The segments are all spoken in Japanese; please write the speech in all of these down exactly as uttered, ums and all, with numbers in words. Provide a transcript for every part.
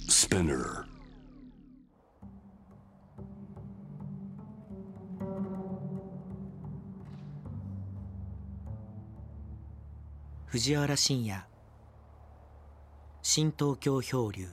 Spinner. 藤原信也新東京漂流。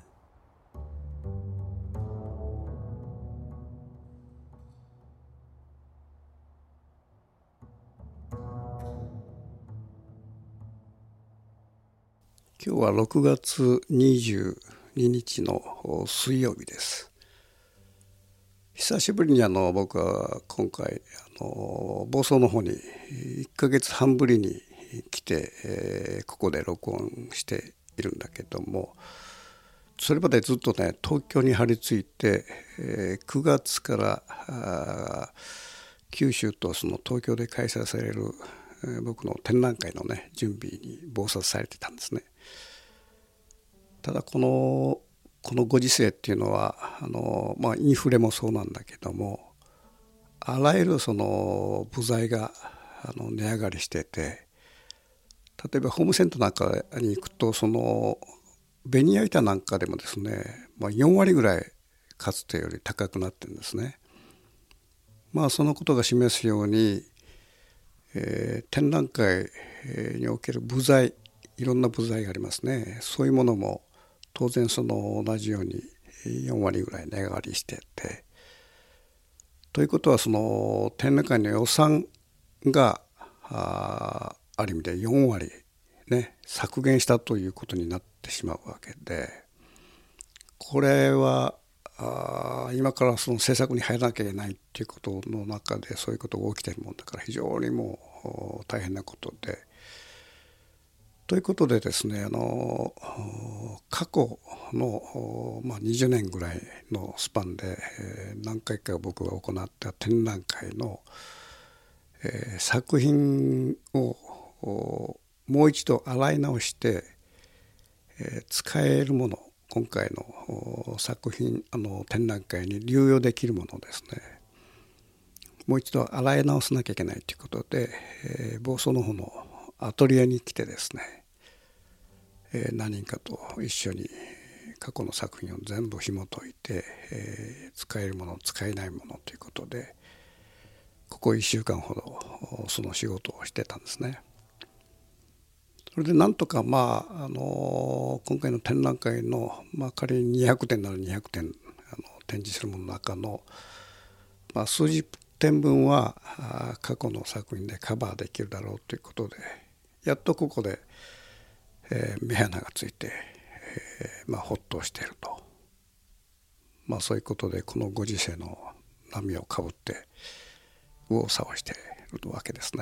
今日はろくがつにじゅうににちの水曜日です。久しぶりにあの僕は今回あの房総の方にいっかげつはんぶりに来て、えー、ここで録音しているんだけども、それまでずっとね東京に張り付いて、えー、くがつから九州とその東京で開催される、えー、僕の展覧会のね準備に忙殺されてたんですね。ただこのこのご時世っていうのはあの、まあ、インフレもそうなんだけども、あらゆるその部材があの値上がりしてて、例えばホームセンターなんかに行くとそのベニヤ板なんかでもですね、まあ、よんわりぐらいかつてより高くなってるんですね。まあそのことが示すように、えー、展覧会における部材、いろんな部材がありますね。そういうものも当然その同じようによんわりぐらい値上がりしてて、ということはその展覧会の予算が あ, ある意味でよんわり、ね、削減したということになってしまうわけで、これはあ今からその政策に入らなきゃいけないということの中でそういうことが起きているもんだから、非常にもう大変なことで、ということでですね、あの過去の、まあ、にじゅうねんぐらいのスパンで、えー、何回か僕が行った展覧会の、えー、作品をもう一度洗い直して、えー、使えるもの、今回の作品あの展覧会に流用できるものですね、もう一度洗い直さなきゃいけないということで、えー、房総の方のアトリエに来てですね、えー、何人かと一緒に過去の作品を全部紐解いて、えー、使えるもの使えないものということで、ここいっしゅうかんほどその仕事をしてたんですね。それでなんとか、まああの今回の展覧会の、まあ、仮ににひゃくてんならにひゃくてんあの展示するものの中の、まあ、数十点分は過去の作品でカバーできるだろうということで、やっとここで、えー、目鼻がついて、えーまあ、ほっとしていると、まあ、そういうことでこのご時世の波をかぶって右往左往しているわけですね。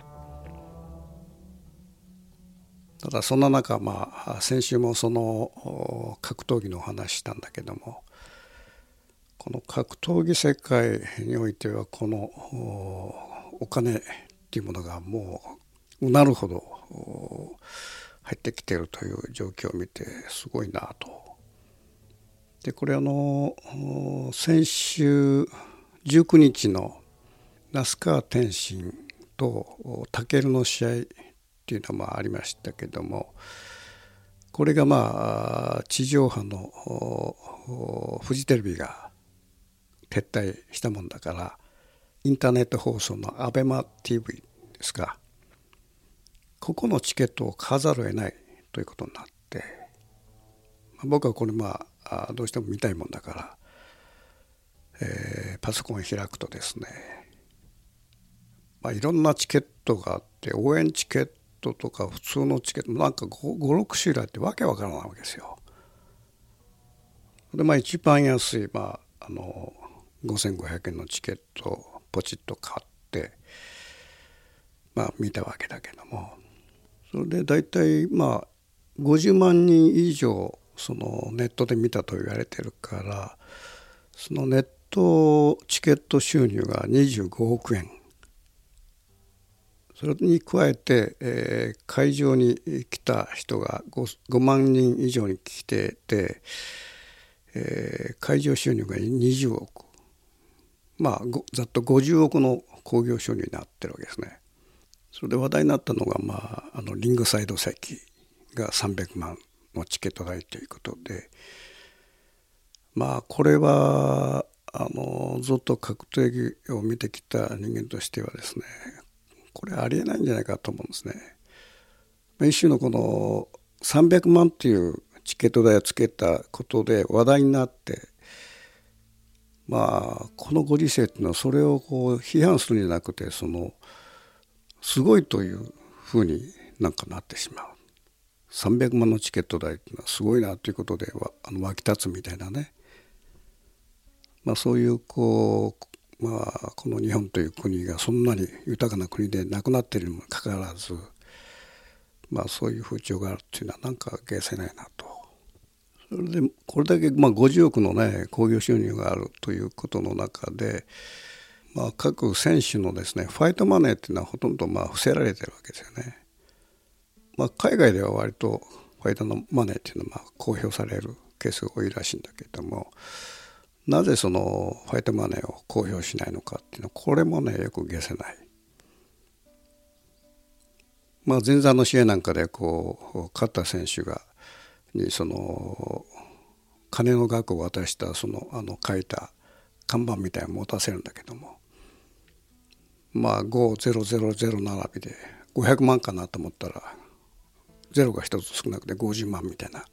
ただそんな中、まあ、先週もその格闘技のお話したんだけども、この格闘技世界においてはこのお金っていうものがもううなるほど入ってきているという状況を見てすごいなと。でこれあの先週じゅうくにちの那須川天心と武尊の試合っていうのもありましたけども、これがまあ地上波のフジテレビが撤退したもんだから、インターネット放送のアベマ ティーブイ ですか、ここのチケットを買わざるを得ないということになって、僕はこれまあどうしても見たいもんだから、えー、パソコンを開くとですね、まあ、いろんなチケットがあって、応援チケットとか普通のチケットなんかご、ろくしゅるいあってわけわからないわけですよ。でまあ一番安い、まあ、あのごせんごひゃくえんのチケットをポチッと買って、まあ、見たわけだけども、それで大体まあごじゅうまんにん以上そのネットで見たと言われてるから、そのネットチケット収入がにじゅうごおくえん、それに加えて、えー、会場に来た人が 5, ごまんにん以上に来てて、えー、会場収入がにじゅうおく、まあざっとごじゅうおくの興行収入になってるわけですね。それで話題になったのが、まあ、あのリングサイド席がさんびゃくまんのチケット代ということで、 まあこれはあのずっと格闘技を見てきた人間としてはですね、これありえないんじゃないかと思うんですね。一種のこのさんびゃくまんっていうチケット代をつけたことで話題になって、まあこのご時世っていうのはそれをこう批判するんじゃなくて、そのすごいというふうになんかなってしまう。さんびゃくまんのチケット代っていうのはすごいなということであの湧き立つみたいなね、まあ、そういうこう、まあ、この日本という国がそんなに豊かな国でなくなっているにもかかわらず、まあ、そういう風潮があるっていうのはなんか解せないなと。それでこれだけまあごじゅうおくのね興行収入があるということの中で、まあ、各選手のですねファイトマネーっていうのはほとんどまあ伏せられてるわけですよね。まあ、海外では割とファイトのマネーっていうのはまあ公表されるケースが多いらしいんだけれども、なぜそのファイトマネーを公表しないのかっていうのはこれもねよく解せない。まあ、前座の試合なんかでこう勝った選手がにその金の額を渡したそのあの書いた看板みたいなのを持たせるんだけども、まあごゼロゼロゼロ並びでごひゃくまんかなと思ったらゼロが一つ少なくてごじゅうまんみたいな、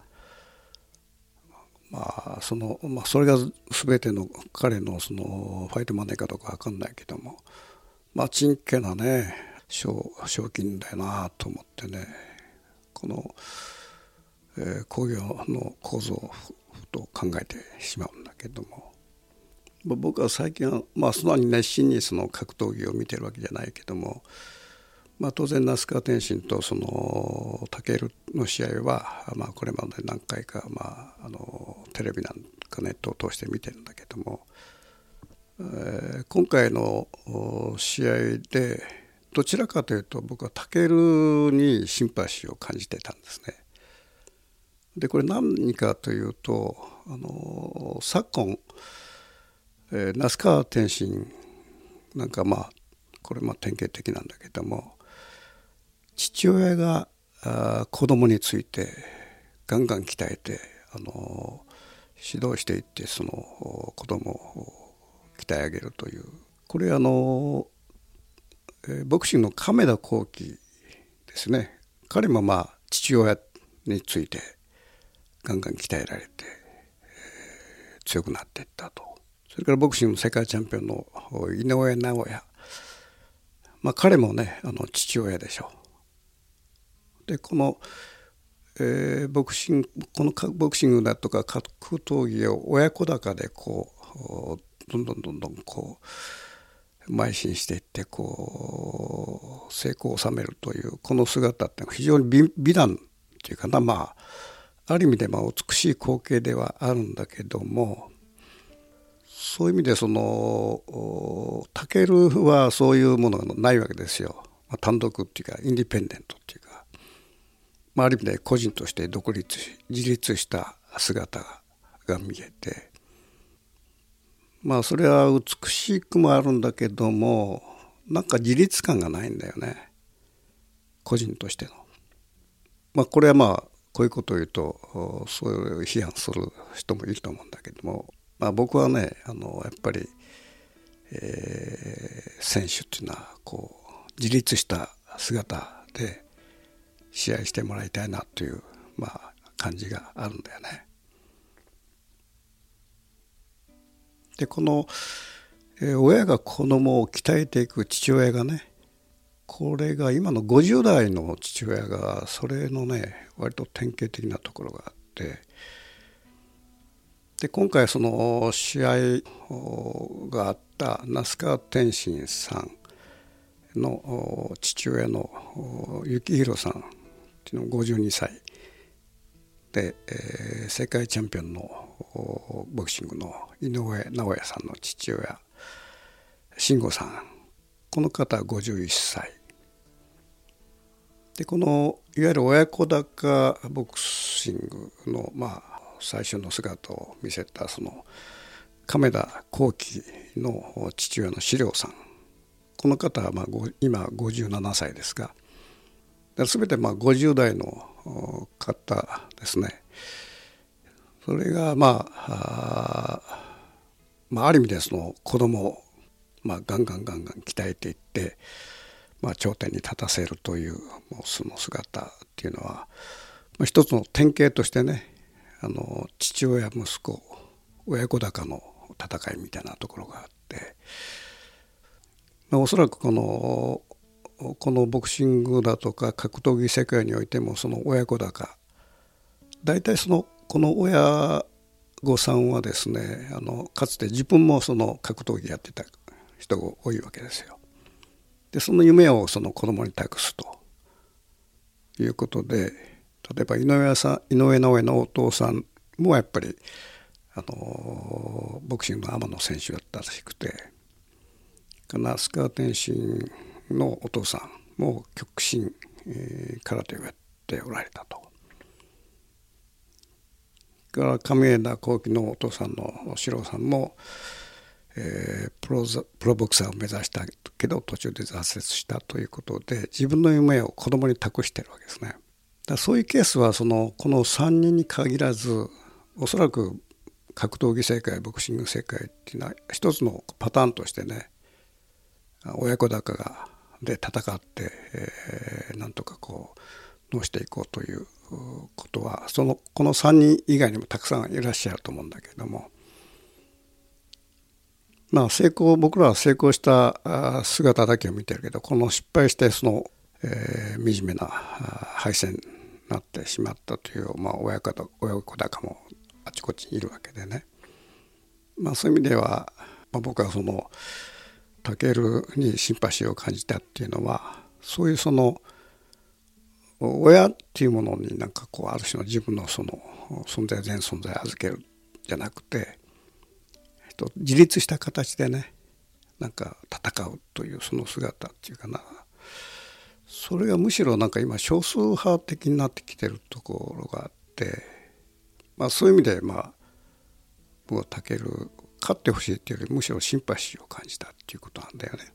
まあそのまあ、それが全ての彼のそのファイトマネーかどうか分かんないけども、まあちんけなね賞金だよなと思ってね、この、えー、興行の構造をと考えてしまうんだけども、僕は最近はまあそんなに熱心にその格闘技を見てるわけじゃないけども、まあ、当然那須川天心とその武の試合は、まあ、これまで何回か、まあ、あのテレビなんかネットを通して見てるんだけども、えー、今回の試合でどちらかというと僕は武にシンパシーを感じてたんですね。でこれ何かというと、あの昨今、えー、那須川天心なんかまあこれまあ典型的なんだけども、父親が子供についてガンガン鍛えてあの指導していってその子供を鍛え上げるという、これあのボクシングの亀田光輝ですね。彼もまあ父親についてガンガン鍛えられて、えー、強くなっていったと。それからボクシングの世界チャンピオンの井上尚弥、まあ、彼もねあの父親でしょう。でこの、えー、ボクシングこのボクシングだとか格闘技を親子鷹でこうどんどんどんどんこう邁進していってこう成功を収めるというこの姿って非常に 美, 美談っていうかな、まあある意味でまあ美しい光景ではあるんだけども、そういう意味でその武はそういうものがないわけですよ。まあ、単独っていうかインディペンデントっていうか、まあ、ある意味で個人として独立し自立した姿が見えて、まあそれは美しくもあるんだけどもなんか自立感がないんだよね、個人としての。まあこれはまあこういうことを言うとそういう批判する人もいると思うんだけども、まあ、僕はねあのやっぱり、えー、選手っていうのはこう自立した姿で試合してもらいたいなという、まあ、感じがあるんだよね。でこの、えー、親が子供を鍛えていく父親がね、これが今のごじゅう代の父親がそれのね割と典型的なところがあって、で今回その試合があった那須川天心さんの父親の幸宏さんっていうのごじゅうにさいで、えー、世界チャンピオンのボクシングの井上尚弥さんの父親慎吾さん、この方はごじゅういっさいで、このいわゆる親子鷹ボクシングのまあ最初の姿を見せたその亀田光輝の父親の史良さん、この方はまあ今ごじゅうななさいですが、全てまあごじゅう代の方ですね。 それがまああ、まあ、ある意味でその子供を、まあ、ガンガンガンガン鍛えていって、まあ、頂点に立たせるというもうその姿っていうのは、まあ、一つの典型としてね、あの父親息子親子鷹の戦いみたいなところがあって、まあ、おそらくこのこのボクシングだとか格闘技世界においてもその親子鷹、大体そのこの親御さんはですね、あのかつて自分もその格闘技やってた人が多いわけですよ。でその夢をその子供に託すということで、例えば井上さん井上尚弥のお父さんもやっぱりあのボクシングのアマの選手だったらしくて、那須川天心のお父さんも極真、えー、空手をやっておられたと。から亀枝幸喜のお父さんの四郎さんも、えー、プロザ、プロボクサーを目指したけど途中で挫折したということで、自分の夢を子供に託しているわけですね。だからそういうケースはそのこのさんにんに限らず、おそらく格闘技世界ボクシング世界っていうのは一つのパターンとしてね、親子鷹がで戦って、えー、なんとかこうのしていこうということはそのこのさんにん以外にもたくさんいらっしゃると思うんだけれども、まあ成功僕らは成功した姿だけを見てるけど、この失敗してその、えー、惨めな敗戦になってしまったという、まあ、親子鷹もあちこちにいるわけでね、まあ、そういう意味では、まあ、僕はそのタケルにシンパシーを感じたっていうのは、そういうその親っていうものになんかこうある種の自分のその存在全存在を預けるじゃなくて、自立した形でねなんか戦うというその姿っていうかな、それがむしろなんか今少数派的になってきてるところがあって、まあ、そういう意味でまあ僕はタケル勝ってほしいっていうよりむしろシンパシーを感じたっていうことなんだよね。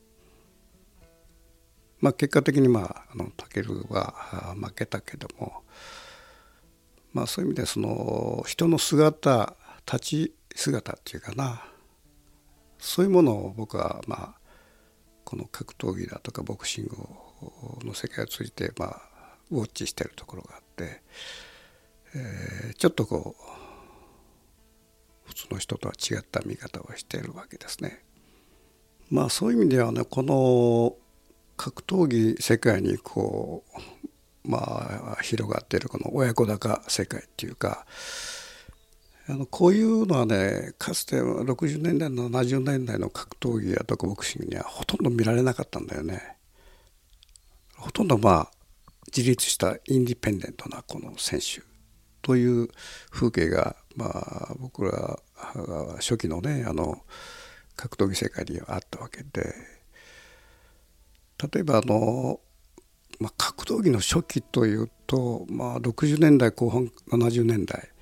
まあ、結果的にまああのタケルは負けたけども、まあ、そういう意味でその人の姿立ち姿っていうかな、そういうものを僕はまあこの格闘技だとかボクシングの世界を通じてまあウォッチしてるところがあって、えー、ちょっとこう普通の人とは違った見方をしているわけですね。まあそういう意味ではね、この格闘技世界にこうまあ広がっているこの親子鷹世界っていうか、あのこういうのはね、かつてろくじゅうねんだいななじゅうねんだいの格闘技やとかボクシングにはほとんど見られなかったんだよね。ほとんどまあ自立したインディペンデントなこの選手という風景が、まあ、僕ら初期のねあの格闘技世界にはあったわけで、例えばあの、まあ、格闘技の初期というと、まあ、ろくじゅうねんだいこう半ななじゅうねんだい、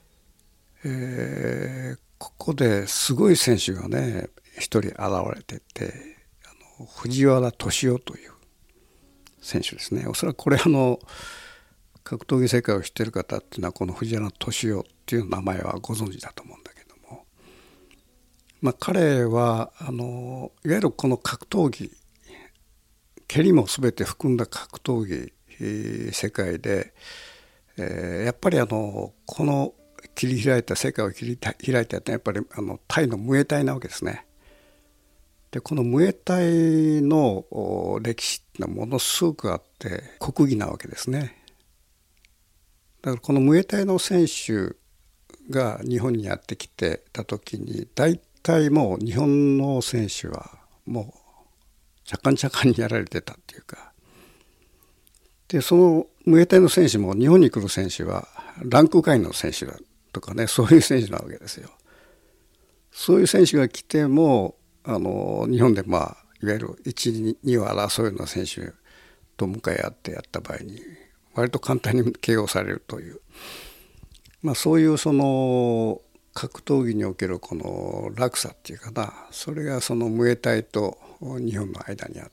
えー、ここですごい選手がね一人現れてて、あの藤原敏夫という選手ですね。おそらくこれあの格闘技世界を知っている方っていうのはこの藤原敏夫っていう名前はご存知だと思うんだけども、まあ、彼はあのいわゆるこの格闘技蹴りも全て含んだ格闘技、えー、世界で、えー、やっぱりあのこの切り開いた世界を切り開いたってやっぱりあのタイのムエタイなわけですね。でこのムエタイの歴史ってのはものすごくあって国技なわけですね。だからこのムエタイの選手が日本にやってきてた時に大体もう日本の選手はもうちゃかんちゃかんにやられてたっていうか、でそのムエタイの選手も日本に来る選手はランク外の選手だとかね、そういう選手なわけですよ。そういう選手が来てもあの日本でまあいわゆるいち、にを争うような選手と向かい合ってやった場合に割と簡単に ケーオー されるという、まあ、そういうその格闘技におけるこの落差っていうかな、それがそのムエタイと日本の間にあって、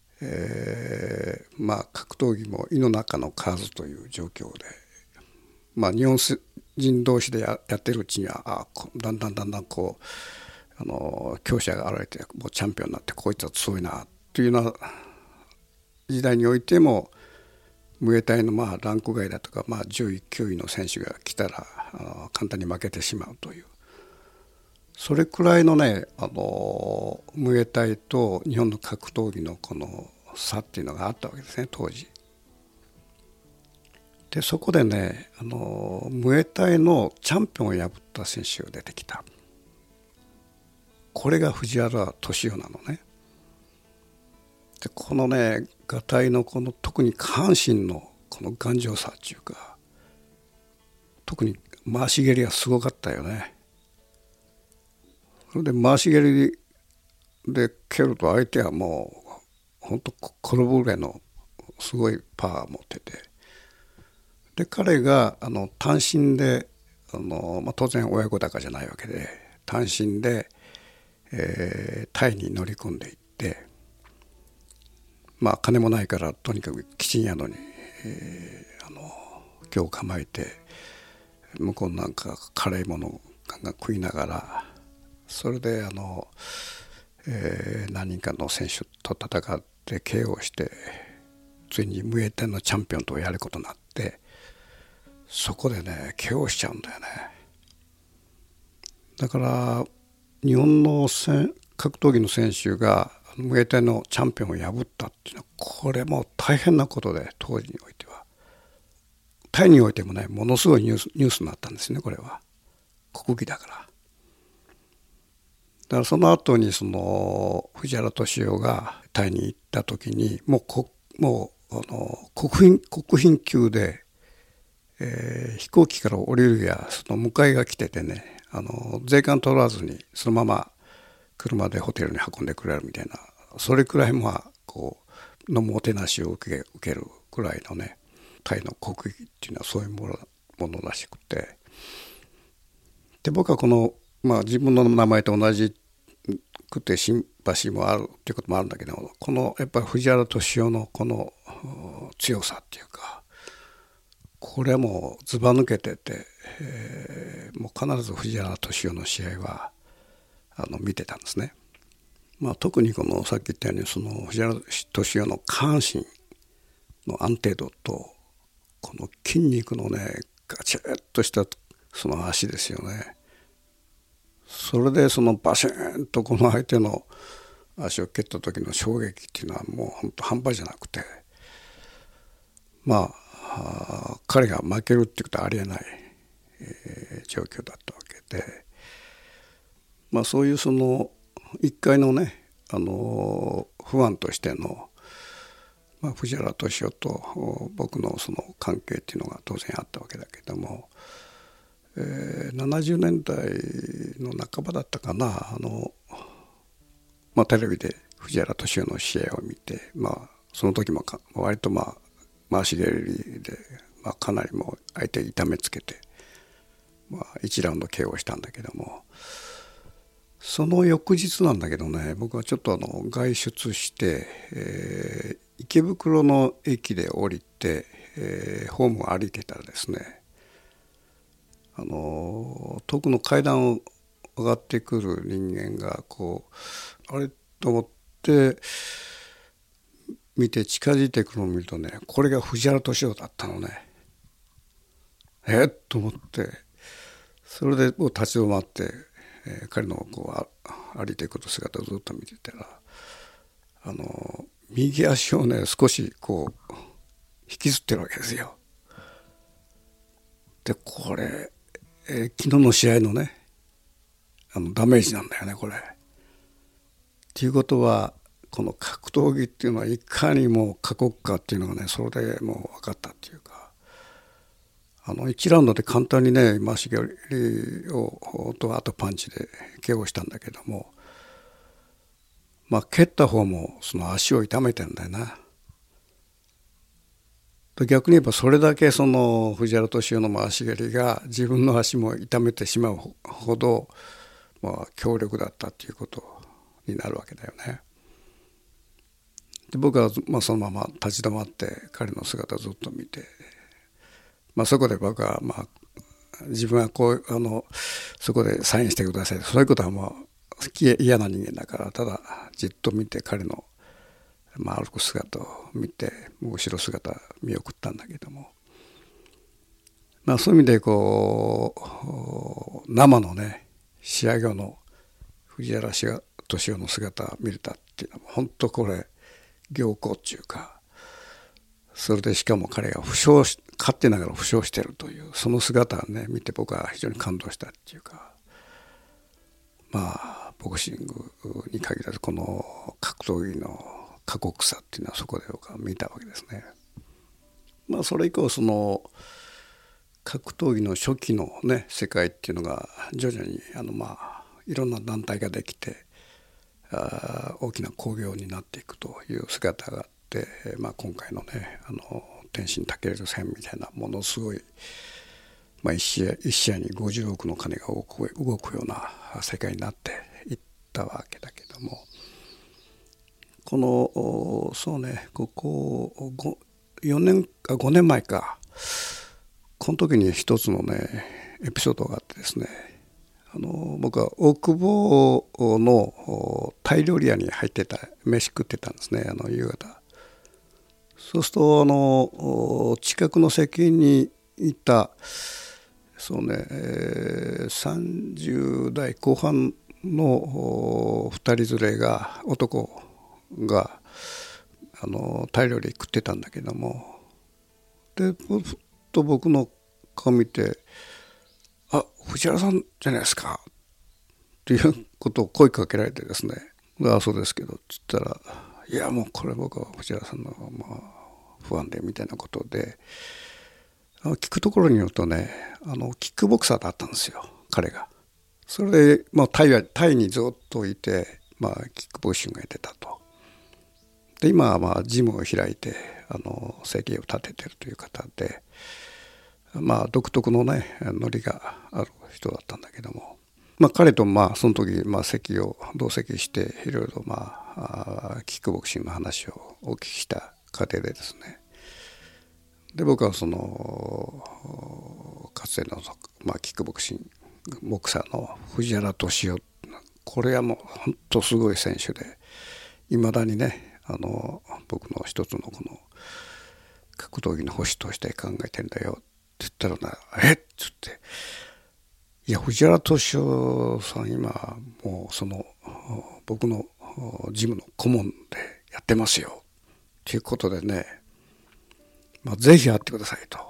えー、まあ格闘技も井の中の蛙という状況で、 まあ日本人同士で や, やってるうちにはあだんだんだんだんこうあの強者が現れてもうチャンピオンになってこいつは強いなというような時代においてもムエタイのまあランク外だとか、まあ、じゅういちきゅういの選手が来たらあの簡単に負けてしまうというそれくらいのねあのムエタイと日本の格闘技のこの差っていうのがあったわけですね当時。でそこでねあのムエタイのチャンピオンを破った選手が出てきた。これが藤原敏夫なのね。でこのねガタイのこの特に下半身のこの頑丈さっていうか特に回し蹴りがすごかったよね。それで回し蹴りで蹴ると相手はもう本当転ぶぐらいのすごいパワーを持っててで彼があの単身であの、まあ、当然親子鷹じゃないわけで単身で、えー、タイに乗り込んでいってまあ金もないからとにかくキチン宿に、えー、あの居を構えて向こうなんか辛いものをガンガン食いながらそれであの、えー、何人かの選手と戦って ケーオー してついにムエタイのチャンピオンとやることになってそこでね ケーオー しちゃうんだよね。だから日本の格闘技の選手がムエタイのチャンピオンを破ったっていうのはこれも大変なことで当時においてはタイにおいてもねものすごいニュース、ニュースになったんですね。これは国技だから。だからその後にその藤原敏夫がタイに行った時にもうこもうあの国賓国賓級で、えー、飛行機から降りるやその迎えが来ててねあの税関取らずにそのまま車でホテルに運んでくれるみたいなそれくらいまあこうのもてなしを受け、受けるくらいのねタイの国技っていうのはそういうもの、ものらしくてで僕はこの、まあ、自分の名前と同じくてシンパシーもあるっていうこともあるんだけどこのやっぱり藤原敏夫のこの強さっていうかこれはもうずば抜けてて、えー、もう必ず藤原敏夫の試合はあの見てたんですね。まあ、特にこのさっき言ったようにその藤原敏夫の下半身の安定度とこの筋肉のねガチッとしたその足ですよね。それでそのバシーンとこの相手の足を蹴った時の衝撃っていうのはもう本当半端じゃなくてまあ彼が負けるっていうことはありえない、えー、状況だったわけでまあそういうその一回のねあの不安としての、まあ、藤原敏夫と僕のその関係っていうのが当然あったわけだけども、えー、ななじゅうねんだいの半ばだったかなあの、まあ、テレビで藤原敏夫の試合を見て、まあ、その時もか割とまあ回し蹴りで、まあ、かなりもう相手痛めつけて、まあ、いちラウンド ケーオー したんだけどもその翌日なんだけどね僕はちょっとあの外出して、えー、池袋の駅で降りて、えー、ホームを歩いてたらですねあの遠くの階段を上がってくる人間がこうあれと思って見て近づいてくるのを見るとねこれが藤原敏夫だったのね。えっと思ってそれでもう立ち止まって、えー、彼のこう歩いてくる姿をずっと見てたらあの右足をね少しこう引きずってるわけですよ。でこれ、えー、昨日の試合のねあのダメージなんだよねこれ。っていうことはこの格闘技っていうのはいかにも過酷かっていうのがねそれでもう分かったっていうかあのいちラウンドで簡単にね回し蹴りをとあとパンチで ケーオー したんだけどもまあ蹴った方もその足を痛めてんだよな。逆に言えばそれだけその藤原敏夫の回し蹴りが自分の足も痛めてしまうほどまあ強力だったっていうことになるわけだよね。で僕はまあそのまま立ち止まって彼の姿をずっと見てまあ、そこで僕は、まあ、自分はこうあのそこでサインしてください、そういうことはもう嫌な人間だから、ただじっと見て彼の、まあ、歩く姿を見て、もう後ろ姿見送ったんだけども、まあ、そういう意味でこう生のね試合後の藤原敏夫の姿を見れたっていうのは本当これ行幸っていうか、それでしかも彼が負傷し勝ってながら負傷しているというその姿をね見て、僕は非常に感動したっていうか、まあボクシングに限らずこの格闘技の過酷さっていうのはそこで僕は見たわけですね。まあそれ以降その格闘技の初期のね世界っていうのが徐々にあのまあいろんな団体ができて、あ大きな興行になっていくという姿があって、まあ、今回のねあの天心武戦みたいなものすごい、まあ、一試合一試合にごじゅうおくの金が動く、動くような世界になっていったわけだけども、このそうねここよねんかごねんまえか、この時に一つのねエピソードがあってですね、あの僕は大久保のタイ料理屋に入ってた、飯食ってたんですね、あの夕方。そうするとあの近くの席にいたそうね、えー、さんじゅう代後半のふたり連れが男があのタイ料理食ってたんだけども、でふっと僕の顔見て、あ、藤原さんじゃないですかっていうことを声かけられてですね、あ、そうですけどっつったら、いやもうこれ僕は藤原さんのまあファンでみたいなことで、聞くところによるとね、あのキックボクサーだったんですよ彼が。それで、まあ、タイはタイにずっといて、まあ、キックボクシングがやってたと。で今はまあジムを開いてあの生計を立ててるという方で、まあ独特のねノリがある人だったんだけども、まあ、彼とまあその時まあ席を同席していろいろまあキックボクシングの話をお聞きした過程でですね、で僕はそのかつての、まあ、キックボクシングボクサーの藤原敏夫、これはもう本当すごい選手で、いまだにねあの僕の一つのこの格闘技の星として考えてんだよって言ったらな、えっつって、いや藤原敏夫さん今もうその僕のジムの顧問でやってますよということでね、まあ、ぜひ会ってくださいと。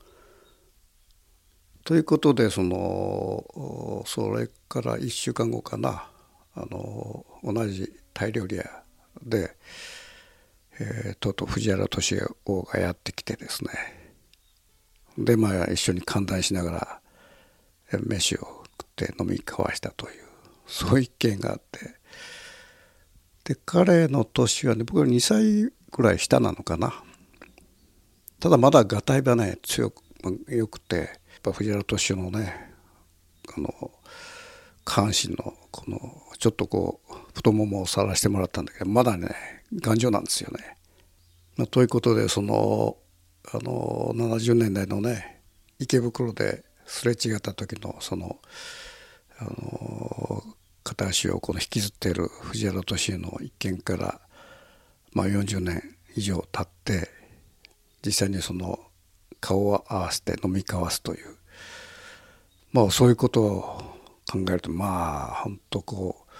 ということでそのそれからいっしゅうかんごかな、あの同じタイ料理屋で、えー、とうとう藤原敏夫がやってきてですね、でまあ一緒に歓談しながら飯を食って飲み交わしたという、そういう一件があって、で彼の年はね僕はにさいくらい下なのかな。ただまだがたいがね強くよくて、やっぱ藤原敏夫のねあの下半身のこのちょっとこう太ももを触らせてもらったんだけど、まだね頑丈なんですよね。まあ、ということでそのあのななじゅうねんだいのね池袋ですれ違った時のそのあの片足をこの引きずっている藤原敏夫の一件から、まあ、よんじゅうねん以上経って実際にその顔を合わせて飲み交わすという、まあそういうことを考えると、まあ本当こう、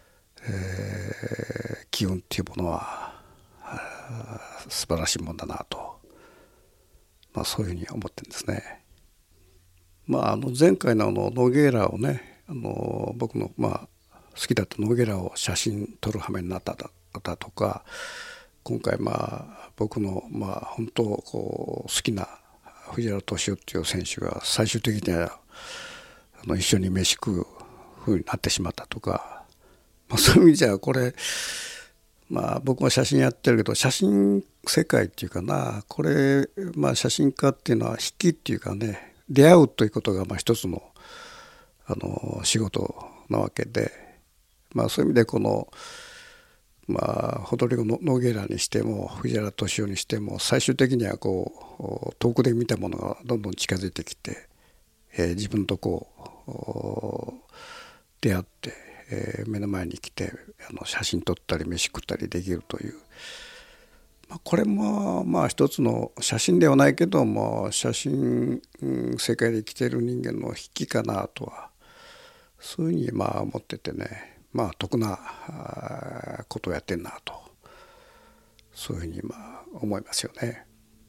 えー、機運っていうものは素晴らしいもんだなと、まあ、そういうふうに思ってるんですね。まあ、あの前回のあのノゲーラをね、あの僕のまあ好きだったノゲーラを写真撮る羽目になっただとか、今回まあ僕のまあ本当こう好きな藤原敏夫っていう選手が最終的にはあの一緒に飯食う風になってしまったとか、まあ、そういう意味じゃこれまあ僕も写真やってるけど、写真世界っていうかな、これまあ写真家っていうのは引きっていうかね、出会うということがまあ一つのあの仕事なわけで、まあそういう意味でこのまあホドリゴ・ノゲラにしても藤原敏夫にしても最終的にはこう遠くで見たものがどんどん近づいてきて、えー、自分とこう出会って、えー、目の前に来てあの写真撮ったり飯食ったりできるという、まあ、これもまあ一つの写真ではないけども写真、うん、世界で生きている人間の筆記かなとはそういうふうにまあ思っててね、まあ得なことをやってんなとそういうふうにまあ思いますよね。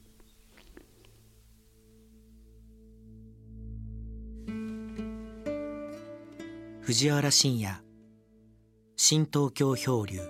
藤原信也、新東京漂流。